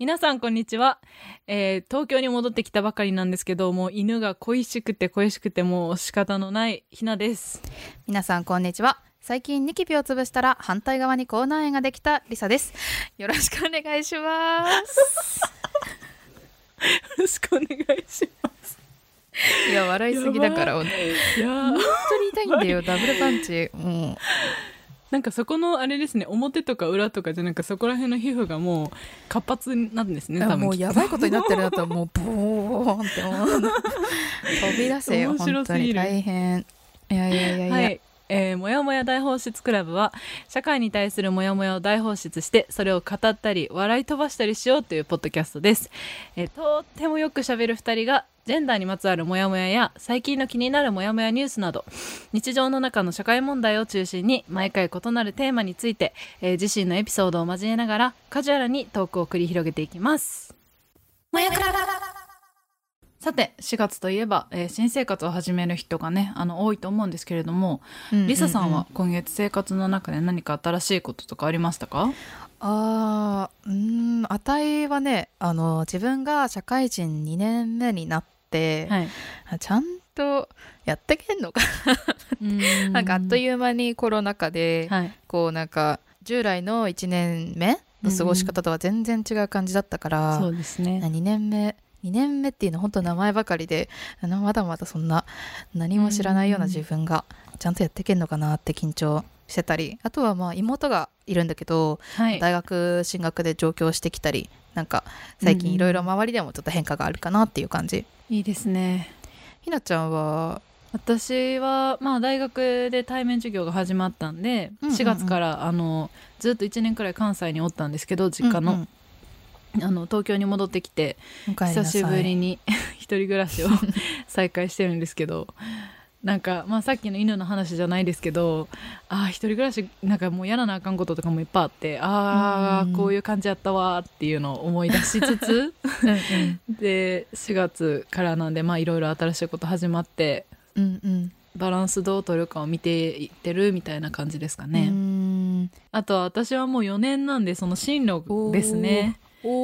皆さんこんにちは、東京に戻ってきたばかりなんですけど、もう犬が恋しくてもう仕方のないひなです。 皆さんこんにちは。最近ニキビを潰したら反対側に口内炎ができたりさです。よろしくお願いしますよろしくお願いします。 いや笑いすぎだから本当に痛いんだよ。ダブルパンチ。もうなんかそこのあれですね、表とか裏とかじゃなくそこら辺の皮膚がもう活発なんですね。多分もうやばいことになってるなともうボーンって飛び出せよ。本当に大変。いや、はい。 もやもや大放出クラブは社会に対するもやもやを大放出してそれを語ったり笑い飛ばしたりしようというポッドキャストです。とってもよく喋る2人がジェンダーにまつわるモヤモヤや最近の気になるモヤモヤニュースなど日常の中の社会問題を中心に毎回異なるテーマについて、自身のエピソードを交えながらカジュアルにトークを繰り広げていきます。もやくらさて4月といえば、新生活を始める人がね多いと思うんですけれども、リサさんは今月生活の中で何か新しいこととかありましたか？ あたいはね自分が社会人2年目になって、はい、ちゃんとやってけんのかなんかあっという間にコロナ禍で、はい、こうなんか従来の1年目の過ごし方とは全然違う感じだったから、 そうですね。 2年目っていうのは本当名前ばかりでまだまだそんな何も知らないような自分がちゃんとやっていけんのかなって緊張してたり、あとはまあ妹がいるんだけど、はい、大学進学で上京してきたりなんか最近いろいろ周りでもちょっと変化があるかなっていう感じ。 いいですね。 ひなちゃんは？ 私はまあ大学で対面授業が始まったんで、4月からずっと1年くらい関西におったんですけど実家の、東京に戻ってきて久しぶりに一人暮らしを再開してるんですけど、なんか、まあ、さっきの犬の話じゃないですけど一人暮らしなんかもうやらなあかんこととかもいっぱいあってこういう感じやったわっていうのを思い出しつつで4月からなんでいろいろ新しいこと始まって、バランスどう取るかを見ていってるみたいな感じですかね。あとは私はもう4年なんでその進路ですね。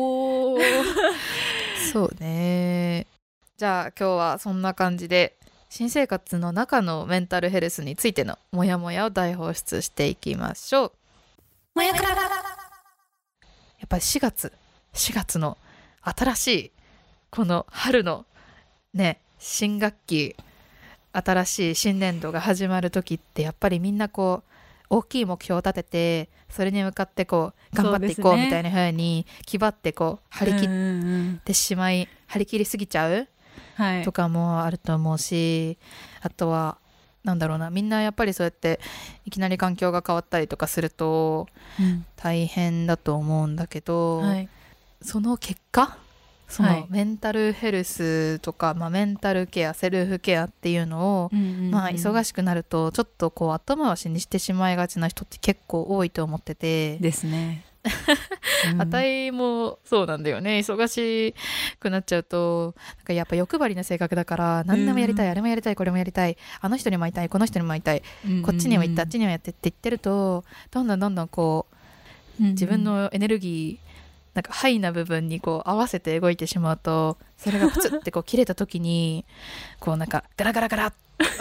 そうね。じゃあ今日はそんな感じで新生活の中のメンタルヘルスについてのモヤモヤを大放出していきましょう。もやくら。やっぱり4月の新しいこの春のね新学期、新しい新年度が始まる時ってやっぱりみんなこう大きい目標を立ててそれに向かってこう頑張っていこうみたいな風に気張ってこう張り切ってしまい、張り切りすぎちゃうとかもあると思うし、あとはなんだろうな、みんなやっぱりそうやっていきなり環境が変わったりとかすると大変だと思うんだけど、その結果そのメンタルヘルスとか、メンタルケアセルフケアっていうのを、忙しくなるとちょっとこう後回しにしてしまいがちな人って結構多いと思っててですね。 あたいもそうなんだよね。忙しくなっちゃうとなんかやっぱ欲張りな性格だから何でもやりたい、あれもやりたいこれもやりたい、あの人にも会いたいこの人にも会いたい、こっちにも行ってあっちにもやってって言ってるとどんどんこう、自分のエネルギーなんかハイな部分にこう合わせて動いてしまうとそれがプツってこう切れた時にこうなんかガラガラガラ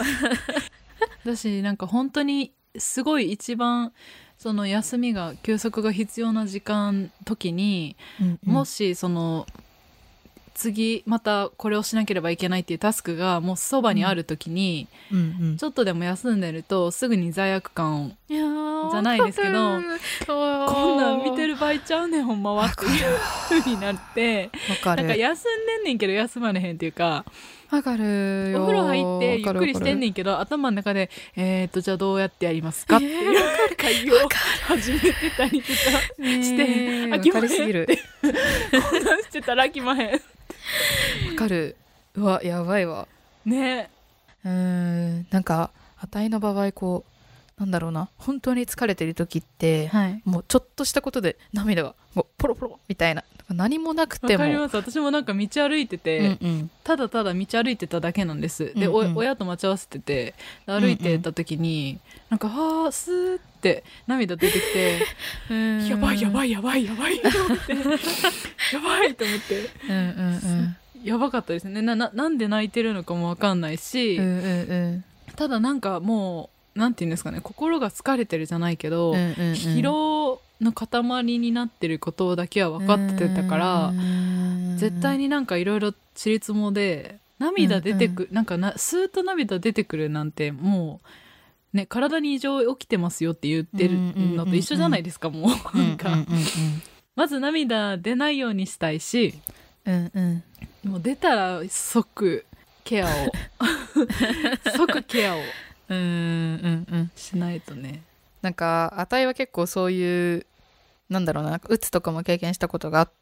私なんか本当にすごい一番その休みが休息が必要な時に、もしその次またこれをしなければいけないっていうタスクがもうそばにある時に、ちょっとでも休んでるとすぐに罪悪感じゃないですけどこんなん見てる場合ちゃうねんほんまはっていう風になってなんか休んでんねんけど休まれへんっていうか、 わかるよ。 お風呂入ってゆっくりしてんねんけど頭の中でじゃあどうやってやりますかっていう会議を始めてたりとかして飽きまへんってこんなんしてたら飽きまへん。 わかる。うわやばいわね。 なんかあたいの場合こうなんだろうな、本当に疲れてる時って、もうちょっとしたことで涙がもうポロポロみたいな何もなくても。 わかります。私もなんか道歩いてて、ただただ道歩いてただけなんです。で、親と待ち合わせてて歩いてた時に、なんかスーって涙出てきてやばいやばいやばいやばいと思ってやばいと思って、やばかったですね。なんで泣いてるのかもわかんないし、ただなんかもうなんていうんですかね、心が疲れてるじゃないけど、疲労の塊になってることだけは分かってたから、絶対になんかいろいろちりつもで涙出てく、なんかスーッと涙出てくるなんてもうね、体に異常起きてますよって言ってるのと一緒じゃないですか。もうなんかまず涙出ないようにしたいし、もう出たら即ケアを即ケアをしないとね。 なんかあたいは結構そういうなんだろうな、うつとかも経験したことがあって、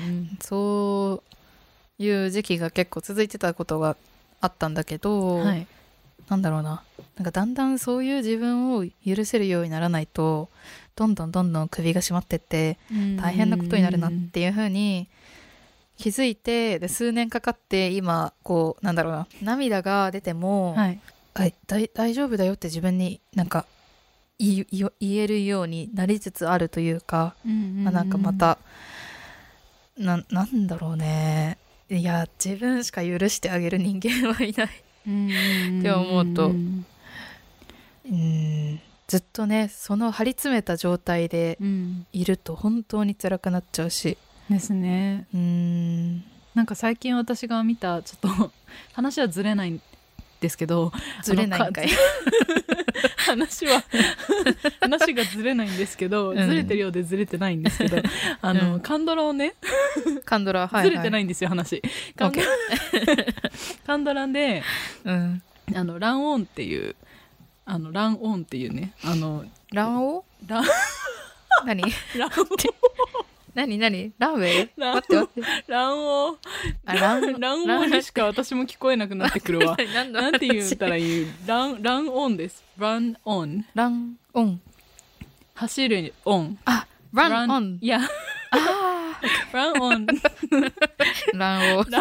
そういう時期が結構続いてたことがあったんだけど、なんだろうな、なんかだんだんそういう自分を許せるようにならないとどんどん首が締まってって大変なことになるなっていう風に気づいて、で数年かかって今こうなんだろうな、涙が出ても、大丈夫だよって自分になんか言えるようになりつつあるというか、なんかまたなんだろうね、いや自分しか許してあげる人間はいないって思うと、ずっとねその張り詰めた状態でいると本当に辛くなっちゃうしですね。なんか最近私が見た、ちょっと話はずれないんですけど、 ずれないんかい話がずれないんですけど、ずれてるようでずれてないんですけど、カンドラをねカンドラ、 ずれてないんですよ話。カンドラで、ランオンっていうランオンっていうね、 ランオ何何ランウェイ待ってランオにしか私も聞こえなくなってくるわなんて言ったらいい、ランオンです。ランオン走るオン、 ランオン、 いやランオンランオ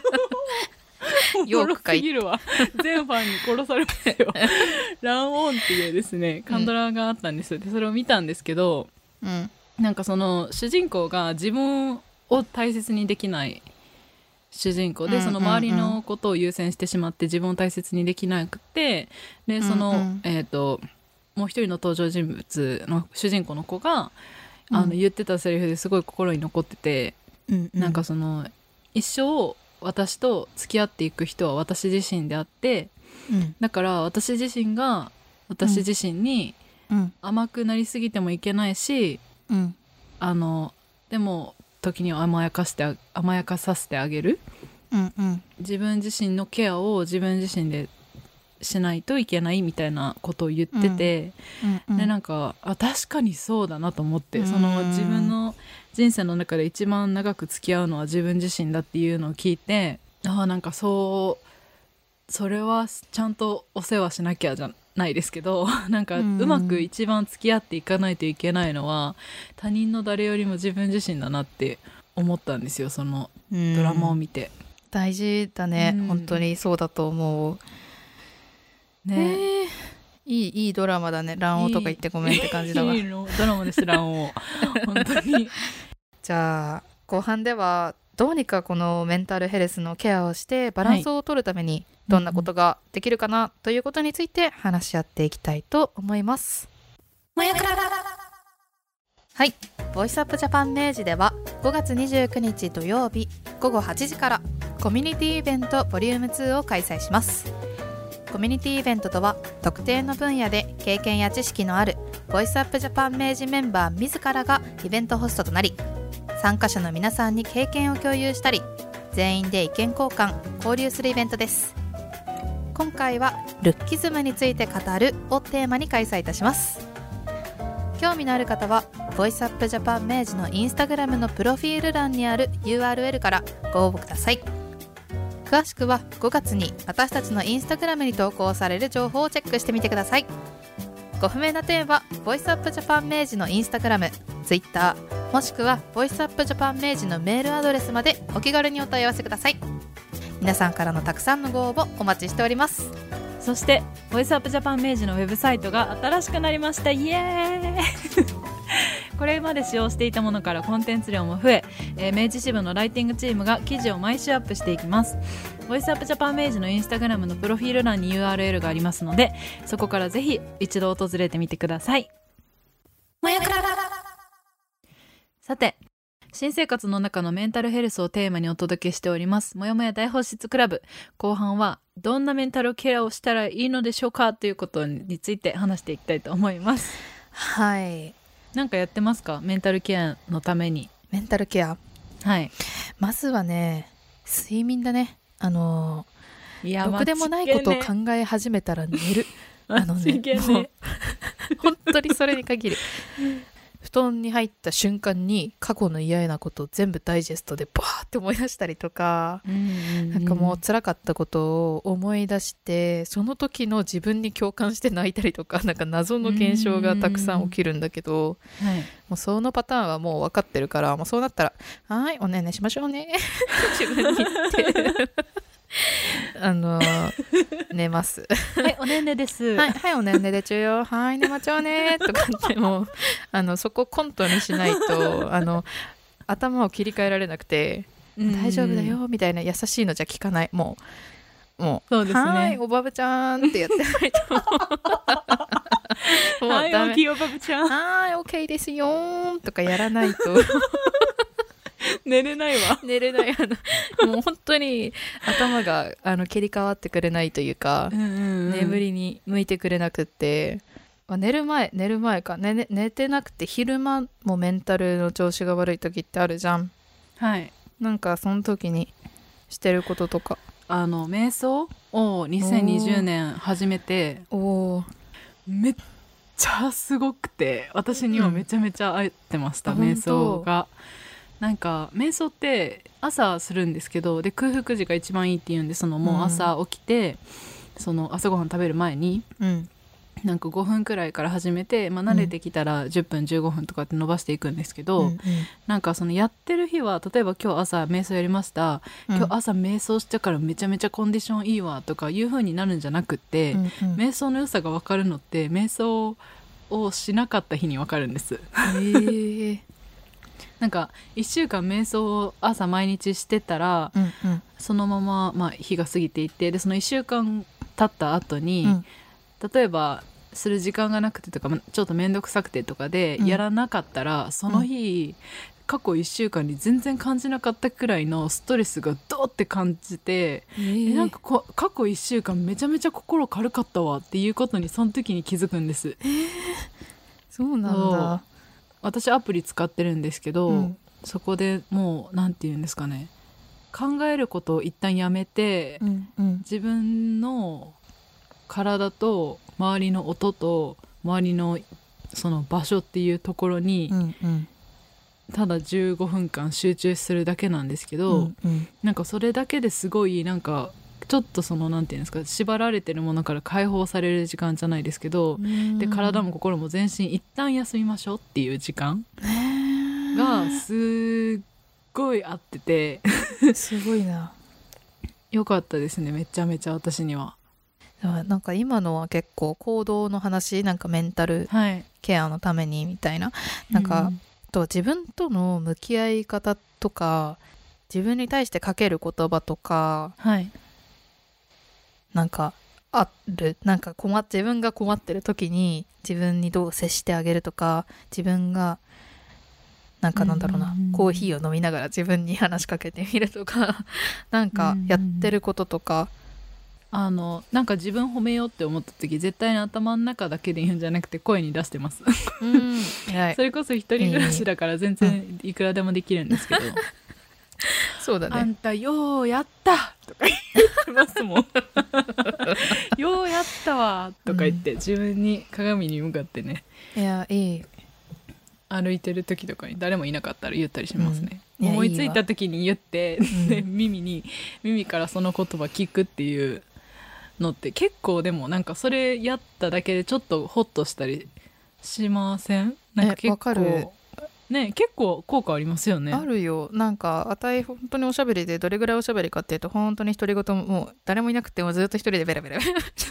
よく書いてるわ。全ファンに殺されますよランオンっていうですねカンドラがあったんです。でそれを見たんですけど、なんかその主人公が自分を大切にできない主人公で、その周りのことを優先してしまって自分を大切にできなくて、でその、もう一人の登場人物の主人公の子が言ってたセリフですごい心に残ってて、なんかその一生私と付き合っていく人は私自身であって、だから私自身が私自身に甘くなりすぎてもいけないし、でも時には甘やかさせてあげる、自分自身のケアを自分自身でしないといけないみたいなことを言ってて、でなんか確かにそうだなと思って、その自分の人生の中で一番長く付き合うのは自分自身だっていうのを聞いて、なんかそれはちゃんとお世話しなきゃじゃないですけど、なんかうまく一番付き合っていかないといけないのは他人の誰よりも自分自身だなって思ったんですよ、そのドラマを見て。 大事だね、本当にそうだと思うね。いいドラマだね。乱王とか言ってごめんって感じだわ。 いいドラマです乱王本当に。 じゃあ後半ではどうにかこのメンタルヘルスのケアをしてバランスを取るためにどんなことができるかなということについて話し合っていきたいと思います。はい、ボイスアップジャパン明治では5月29日土曜日午後8時からコミュニティイベントボリューム2を開催します。コミュニティイベントとは特定の分野で経験や知識のあるボイスアップジャパン明治メンバー自らがイベントホストとなり、参加者の皆さんに経験を共有したり、全員で意見交換交流するイベントです。今回はルッキズムについて語るをテーマに開催いたします。興味のある方はボイスアップジャパン明治のインスタグラムのプロフィール欄にある URL からご応募ください。詳しくは5月に私たちのインスタグラムに投稿される情報をチェックしてみてください。ご不明な点はボイスアップジャパン明治のインスタグラム、ツイッター、 もしくはボイスアップジャパン明治のメールアドレスまでお気軽にお問い合わせください。皆さんからのたくさんのご応募お待ちしております。 そしてボイスアップジャパン明治のウェブサイトが新しくなりました。イエーイこれまで使用していたものからコンテンツ量も増え、明治支部のライティングチームが記事を毎週アップしていきます。ボイスアップジャパン明治のインスタグラムのプロフィール欄に URL がありますので、そこからぜひ一度訪れてみてください。さて、新生活の中のメンタルヘルスをテーマにお届けしておりますもやもや大放出クラブ。後半はどんなメンタルケアをしたらいいのでしょうかということについて話していきたいと思います。 はい。 なんかやってますか？メンタルケアのために。 メンタルケア、 はい、 まずはね、睡眠だね。 いや、 ろくでもないことを考え始めたら寝る。もう本当にそれに限る。布団に入った瞬間に過去の嫌なことを全部ダイジェストでバーって思い出したりとか、なんかもう辛かったことを思い出して、その時の自分に共感して泣いたりとか、なんか謎の現象がたくさん起きるんだけど、 はい、 もうそのパターンはもう分かってるから、もうそうなったらはいおねんねしましょうね自分に言って寝ます。 はい、おねんねです。 はい、はい、おねんねでちゅよ。はい、寝まちょうねとかってもうそこコントにしないと頭を切り替えられなくて、大丈夫だよみたいな優しいのじゃ聞かない。もうそうですね。 はい、おばぶちゃんってやってないともうはい、大きいおばぶちゃん。 はい、オッケーですよとかやらないと寝れないわ。 寝れない。もう本当に頭が切り替わってくれないというか、眠りに向いてくれなくって、寝る前か、寝てなくて昼間もメンタルの調子が悪い時ってあるじゃん。 はい。 なんかその時にしてることとか。 瞑想を2020年始めて、めっちゃすごくて、私にはめちゃめちゃ合ってました、瞑想が。なんか瞑想って朝するんですけど、で空腹時が一番いいって言うんで、もう朝起きて、朝ごはん食べる前に、なんか5分くらいから始めて、慣れてきたら10分15分とかって伸ばしていくんですけど、なんかやってる日は、例えば今日朝瞑想やりました、今日朝瞑想したからめちゃめちゃコンディションいいわとかいう風になるんじゃなくって、瞑想の良さが分かるのって瞑想をしなかった日に分かるんです。なんか1週間瞑想を朝毎日してたら、そのまま、日が過ぎていって、でその1週間経った後に、例えばする時間がなくてとか、ちょっと面倒くさくてとかでやらなかったら、その日、過去1週間に全然感じなかったくらいのストレスがドーって感じて、なんか過去1週間めちゃめちゃ心軽かったわっていうことにその時に気づくんです。 そうなんだ。 私アプリ使ってるんですけど、そこでもうなんて言うんですかね、考えることを一旦やめて、自分の体と周りの音と周りのその場所っていうところに、ただ15分間集中するだけなんですけど、なんかそれだけですごいなんかちょっとなんていうんですか、縛られてるものから解放される時間じゃないですけど、で体も心も全身一旦休みましょうっていう時間がすっごい合っててすごいな。 よかったですね、めちゃめちゃ私には。 なんか今のは結構行動の話、なんかメンタルケアのためにみたいな、なんかと自分との向き合い方とか、自分に対してかける言葉とか、なんかある。なんか自分が困ってる時に自分にどう接してあげるとか、自分がなんかなんだろうな、コーヒーを飲みながら自分に話しかけてみるとかなんかやってることとか、 なんか自分褒めようって思った時、絶対に頭の中だけで言うんじゃなくて声に出してますそれこそ一人暮らしだから全然いくらでもできるんですけど、 そうだね。 あんたようやったとか言ってますもんようやったわとか言って、自分に鏡に向かってね、 いやいい、 歩いてる時とかに誰もいなかったら言ったりしますね、思いついた時に言って、で耳からその言葉聞くっていうのって結構、でもなんかそれやっただけでちょっとホッとしたりしません？なんか結構ね、結構効果ありますよね。 あるよ。なんかあたい本当におしゃべりで、どれぐらいおしゃべりかっていうと、本当に独り言もう誰もいなくてもずっと一人でベラベラ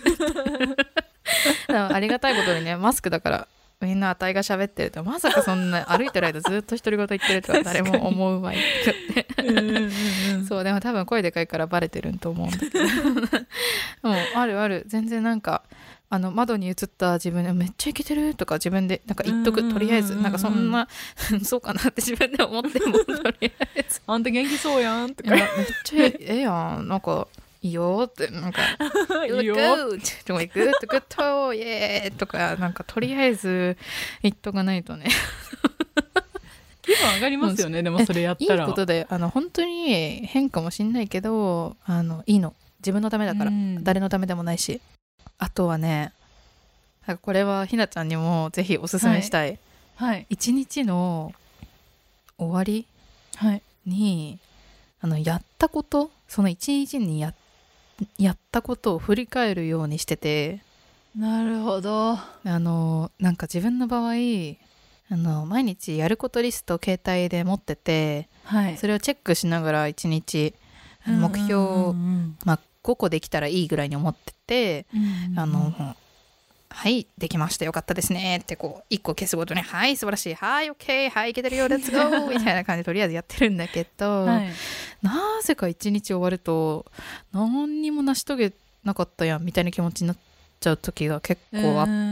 ありがたいことにね、マスクだからみんなあたいが喋ってると、まさかそんな歩いてる間ずっと独り言言ってるとは誰も思うまいってそう、でも多分声でかいからバレてると思うんだけどもうあるある、全然なんか窓に映った自分でめっちゃイケてるとか自分でなんか言っとく、とりあえずなんかそんなそうかなって自分で思っても、とりあえずあんた元気そうやんとか、 めっちゃええやん、なんかいいよってなんかいいよとかグッドグッドイエーとかなんかとりあえず言っとかないとね気分上がりますよね。でもそれやったらいいことで、本当に変かもしんないけどいいの、自分のためだから、誰のためでもないし。あとはね、なんかこれはひなちゃんにもぜひおすすめしたい、 はい、 一日の終わりに、やったこと、その一日にやったことを振り返るようにしてて。 なるほど。 なんか自分の場合毎日やることリストを携帯で持ってて、 はい、 それをチェックしながら一日目標、まあ、5個できたらいいぐらいに思ってて、はいできましたよかったですねってこう1個消すごとにはい素晴らしいはい OK はいいけてるよレッツゴーみたいな感じでとりあえずやってるんだけど、はい、なぜか一日終わると何にも成し遂げなかったやんみたいな気持ちになっちゃう時が結構あって、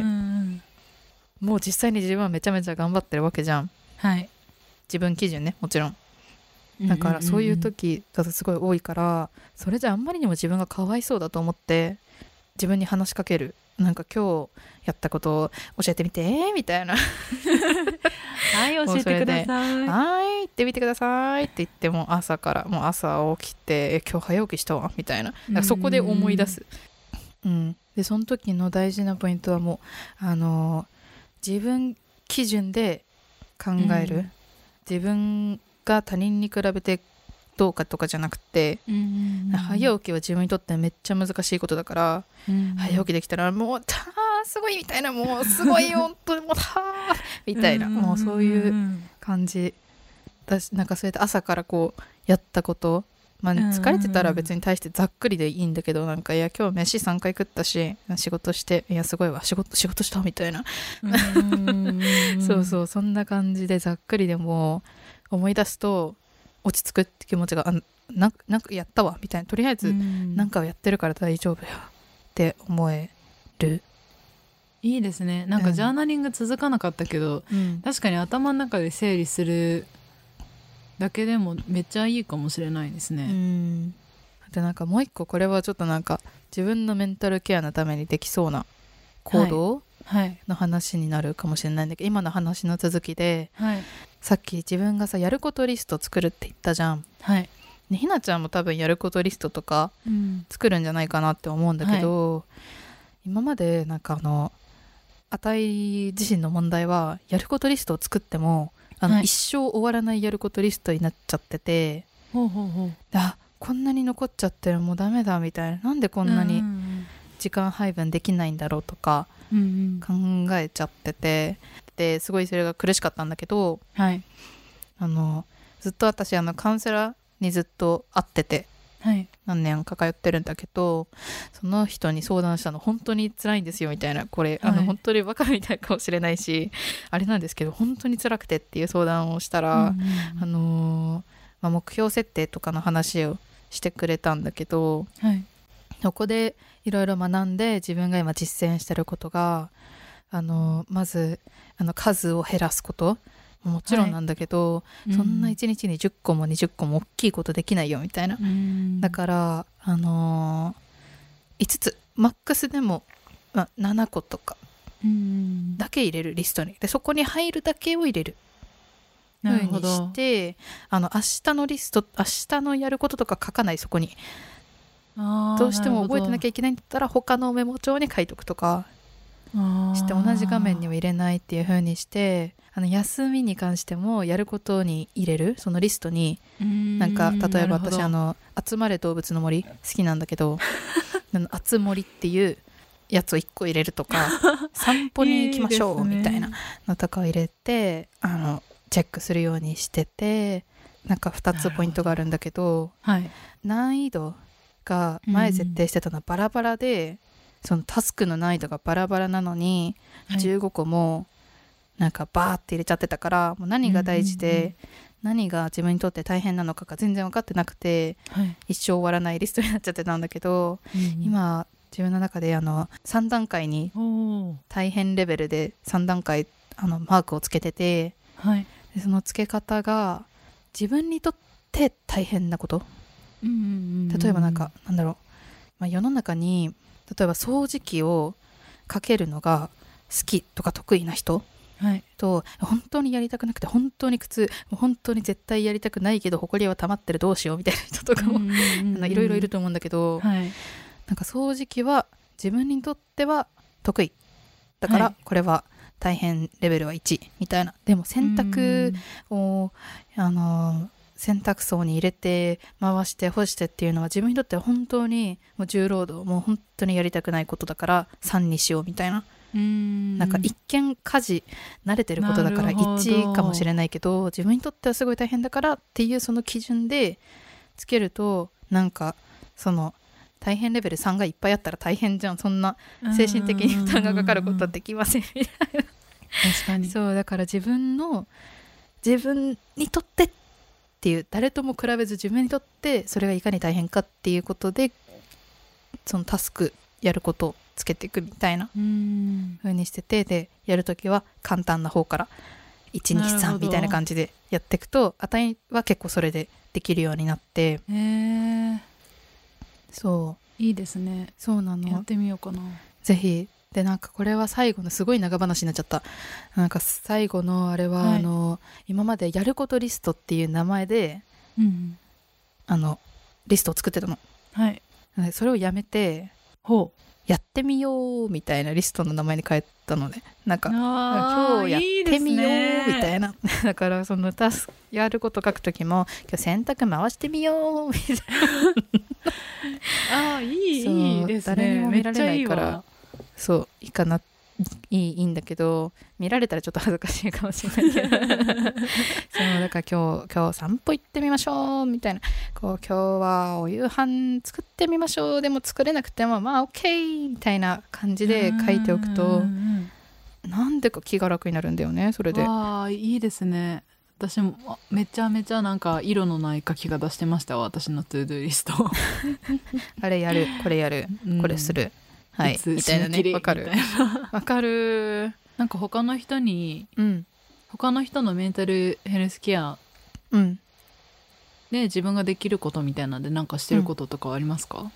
もう実際に自分はめちゃめちゃ頑張ってるわけじゃん、 はい、 自分基準ね、もちろん。だからそういう時だとすごい多いから、それじゃあんまりにも自分がかわいそうだと思って自分に話しかける。なんか今日やったことを教えてみてみたいなはい教えてください、 はい言ってみてくださいって言っても、朝からもう朝起きて今日早起きしたわみたいな、だからそこで思い出す、でその時の大事なポイントはもう自分基準で考える、自分が他人に比べてどうかとかじゃなくて、早起きは自分にとってめっちゃ難しいことだから、早起きできたらもうすごいみたいな、もうすごい本当にもうみたいな、もうそういう感じだし、なんかそうやって朝からこうやったこと、まあ、疲れてたら別に対してざっくりでいいんだけど、なんかいや今日飯3回食ったし仕事して、いやすごいわ仕事したみたいなそうそう、そんな感じでざっくりでも思い出すと落ち着くって気持ちがなんかやったわみたいな、とりあえずなんかをやってるから大丈夫やって思える。 いいですね。なんかジャーナリング続かなかったけど、確かに頭の中で整理するだけでもめっちゃいいかもしれないですね。 でなんかもう一個、これはちょっとなんか自分のメンタルケアのためにできそうな行動の話になるかもしれないんだけど、今の話の続きで、さっき自分がさやることリスト作るって言ったじゃん、ね、ひなちゃんも多分やることリストとか作るんじゃないかなって思うんだけど、今までなんかあたい自身の問題はやることリストを作っても一生終わらないやることリストになっちゃってて、あこんなに残っちゃってる、もうダメだみたいな、なんでこんなに時間配分できないんだろうとか考えちゃってて、ですごいそれが苦しかったんだけど、ずっと私カウンセラーにずっと会ってて、何年か通ってるんだけど、その人に相談したの本当に辛いんですよみたいな、これ本当にバカみたいかもしれないしあれなんですけど本当に辛くてっていう相談をしたら、目標設定とかの話をしてくれたんだけど、そこでいろいろ学んで自分が今実践してることが、まず数を減らすこともちろんなんだけど、そんな1日に10個も20個も大きいことできないよみたいな、だから5つマックスでも、7個とかだけ入れるリストに、でそこに入るだけを入れるふうにして、明日のリスト、明日のやることとか書かない、そこにどうしても覚えてなきゃいけないんだったら他のメモ帳に書いとくとかして、同じ画面には入れないっていう風にして、休みに関してもやることに入れる、そのリストに、なんか例えば私集まれ動物の森好きなんだけどあつ森っていうやつを1個入れるとか散歩に行きましょうみたいなのとかを入れて、 チェックするようにしてて、なんか2つポイントがあるんだけど、 はい、 難易度が前設定してたのはバラバラで、そのタスクの難易度がバラバラなのに、15個もなんかバーって入れちゃってたから、もう何が大事で、何が自分にとって大変なのかが全然分かってなくて、一生終わらないリストになっちゃってたんだけど、今自分の中で3段階に大変レベルで3段階マークをつけてて、でそのつけ方が自分にとって大変なこと、例えばなんだろう、世の中に例えば掃除機をかけるのが好きとか得意な人と、本当にやりたくなくて本当に苦痛、本当に絶対やりたくないけど埃は溜まってるどうしようみたいな人とかもいろいろいると思うんだけど、なんか掃除機は自分にとっては得意だからこれは大変レベルは1みたいな。でも洗濯を洗濯槽に入れて回して干してっていうのは自分にとっては本当にもう重労働、もう本当にやりたくないことだから3にしようみたいな。なんか一見家事慣れてることだから1かもしれないけど、自分にとってはすごい大変だからっていうその基準でつけると、なんかその大変レベル3がいっぱいあったら大変じゃん、そんな精神的に負担がかかることはできませんみたいな。 確かに。 そうだから自分にとってっていう、誰とも比べず自分にとってそれがいかに大変かっていうことで、そのタスクやることをつけていくみたいな風にしてて、でやるときは簡単な方から123みたいな感じでやっていくと、値は結構それでできるようになって、そういいですね。 そうなの、 やってみようかな、 ぜひ。でなんかこれは最後のすごい長話になっちゃった。なんか最後のあれは、今までやることリストっていう名前で、リストを作ってたの。それをやめてやってみようみたいなリストの名前に変えたのね。なんか今日やってみようみたいな。だからそのやること書くときも今日洗濯回してみようみたいな。 いいですね。 誰にも見られないからそういいかな、いいんだけど、見られたらちょっと恥ずかしいかもしれないけどそうだから今日散歩行ってみましょうみたいな、今日はお夕飯作ってみましょう、でも作れなくてもまあ OK みたいな感じで書いておくと、なんでか気が楽になるんだよね、それで。 いいですね。私もめちゃめちゃなんか色のない書き方してましたわ、私のトゥードゥーリストあれやる、これやる、これする、みたいなね。わかるわかる。 なんか他の人のメンタルヘルスケアで自分ができることみたいなのでなんかしてることとかはありますか？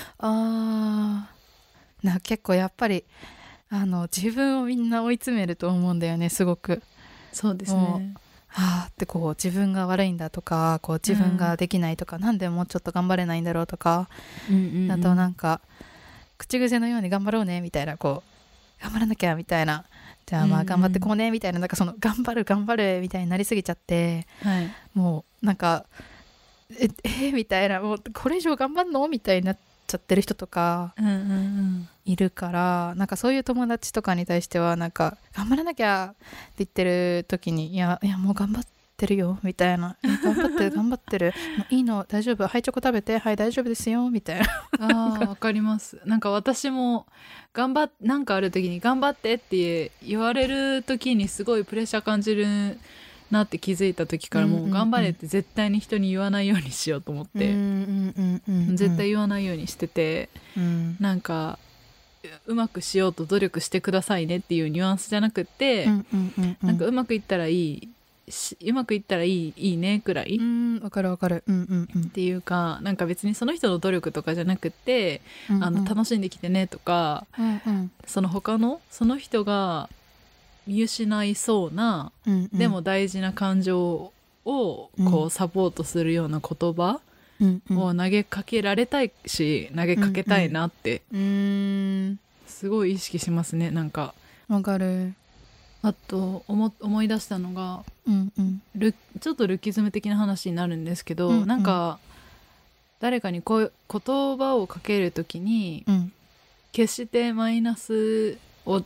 結構やっぱり自分をみんな追い詰めると思うんだよね、すごく。 そうですね。 ってこう自分が悪いんだとか、こう自分ができないとか、なんでもうちょっと頑張れないんだろうとか、あとなんか口癖のように頑張ろうねみたいな、こう頑張らなきゃみたいな、じゃあまあ頑張ってこうねみたいな、なんかその頑張るみたいになりすぎちゃって、もうなんかみたいな、もうこれ以上頑張んのみたいになっちゃってる人とかいるから、なんかそういう友達とかに対してはなんか頑張らなきゃって言ってる時に、いやもう頑張ってるよみたいな、頑張ってるもういいの大丈夫、はいチョコ食べて、はい大丈夫ですよみたいな。 わかります。なんか私もなんかある時に頑張ってって言われる時にすごいプレッシャー感じるなって気づいた時から、もう頑張れって絶対に人に言わないようにしようと思って、絶対言わないようにしてて、なんかうまくしようと努力してくださいねっていうニュアンスじゃなくて、なんかうまくいったらいいねくらい、 わかるわかる、 っていうか、なんか別にその人の努力とかじゃなくて、楽しんできてねとか、その他のその人が見失いそうな、でも大事な感情をこうサポートするような言葉を投げかけられたいし、投げかけたいなってすごい意識しますね。なんかわかる。 あと思い出したのが、ちょっとルッキズム的な話になるんですけど、なんか誰かにこういう言葉をかけるときに、決してマイナスを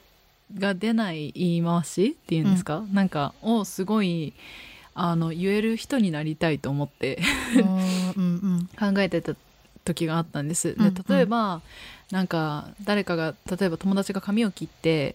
が出ない言い回しっていうんですか、なんかをすごい言える人になりたいと思って考えてた時があったんです。で例えば、なんか誰かが例えば友達が髪を切って、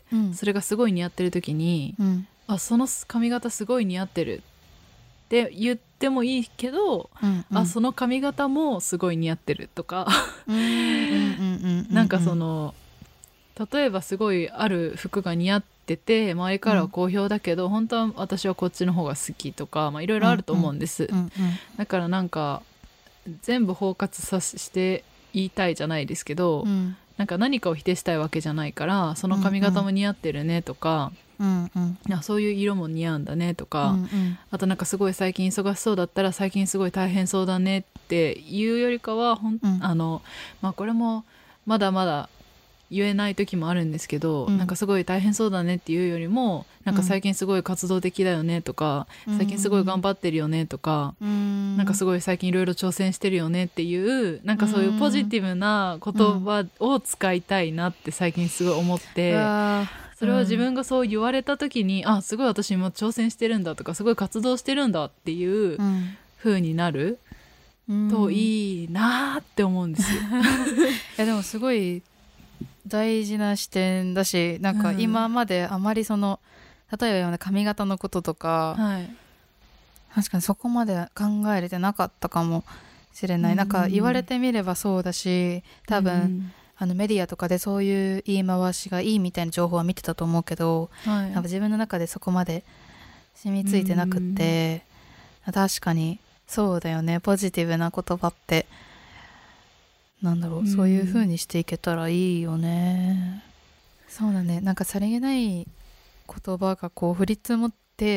それがすごい似合ってる時に、その髪型すごい似合ってるって言ってもいいけど、その髪型もすごい似合ってるとかなんかその例えばすごいある服が似合ってて周りからは好評だけど、本当は私はこっちの方が好きとかいろいろあると思うんです。だからなんか全部包括さして言いたいじゃないですけど、なんか何かを否定したいわけじゃないから、その髪型も似合ってるねとか、そういう色も似合うんだねとか、あとなんかすごい最近忙しそうだったら最近すごい大変そうだねっていうよりかはこれもまだまだ言えない時もあるんですけど、なんかすごい大変そうだねっていうよりも、なんか最近すごい活動的だよねとか、最近すごい頑張ってるよねとか、なんかすごい最近いろいろ挑戦してるよねっていう、なんかそういうポジティブな言葉を使いたいなって最近すごい思って、それを自分がそう言われた時に、すごい私今挑戦してるんだとか、すごい活動してるんだっていう風になるといいなって思うんですよ。 いやでもすごい大事な視点だし、なんか今まであまりその例えば髪型のこととか、確かにそこまで考えれてなかったかもしれない。なんか言われてみればそうだし、多分メディアとかでそういう言い回しがいいみたいな情報は見てたと思うけど、なんか自分の中でそこまで染みついてなくって、確かにそうだよね、ポジティブな言葉ってなんだろう、そういう風にしていけたらいいよね。そうだね、なんかさりげない言葉がこう降り積もって、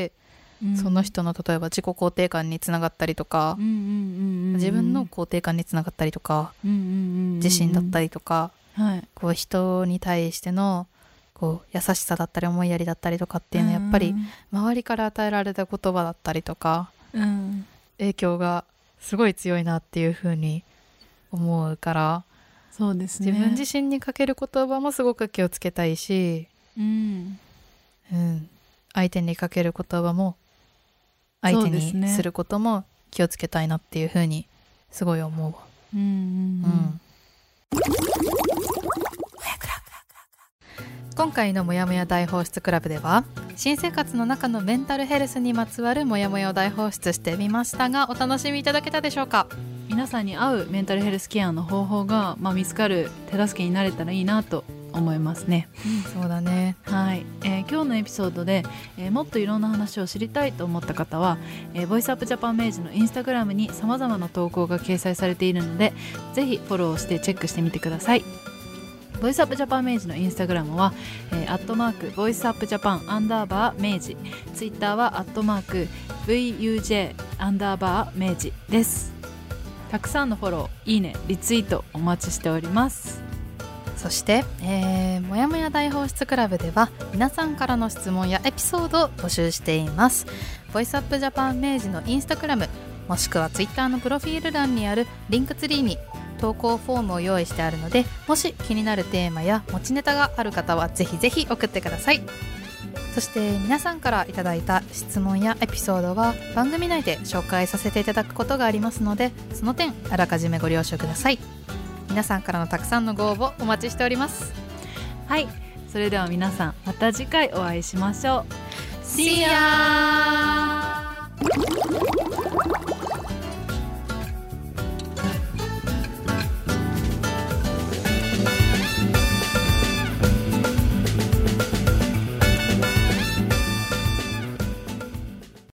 その人の例えば自己肯定感につながったりとか、自分の肯定感につながったりとか、自信だったりとか、こう人に対してのこう優しさだったり思いやりだったりとかっていうのはやっぱり周りから与えられた言葉だったりとか、影響がすごい強いなっていう風に思うから、 そうですね、 自分自身にかける言葉もすごく気をつけたいし、相手にかける言葉も相手にすることも気をつけたいなっていう風にすごい思うわ。今回のもやもや大放出クラブでは、新生活の中のメンタルヘルスにまつわるもやもやを大放出してみましたが、お楽しみいただけたでしょうか。 皆さんに合うメンタルヘルスケアの方法が、見つかる手助けになれたらいいなと思いますね。 そうだね。 はい、今日のエピソードで、もっといろんな話を知りたいと思った方は、ボイスアップジャパンメージのインスタグラムに様々な投稿が掲載されているので、ぜひフォローしてチェックしてみてください。ボイスアップジャパンメージのインスタグラムは、ボイスアップジャパン_メージ、ツイッターはVUJ _メージです。たくさんのフォロー、いいね、リツイートお待ちしております。 そして、もやもや大放出クラブでは皆さんからの質問やエピソードを募集しています。ボイスアップジャパンメージのインスタグラム、もしくはツイッターのプロフィール欄にあるリンクツリーに投稿フォームを用意してあるので、もし気になるテーマや持ちネタがある方はぜひぜひ送ってください。そして皆さんからいただいた質問やエピソードは番組内で紹介させていただくことがありますので、その点あらかじめご了承ください。皆さんからのたくさんのご応募お待ちしております。 はい、それでは皆さんまた次回お会いしましょう。 See ya!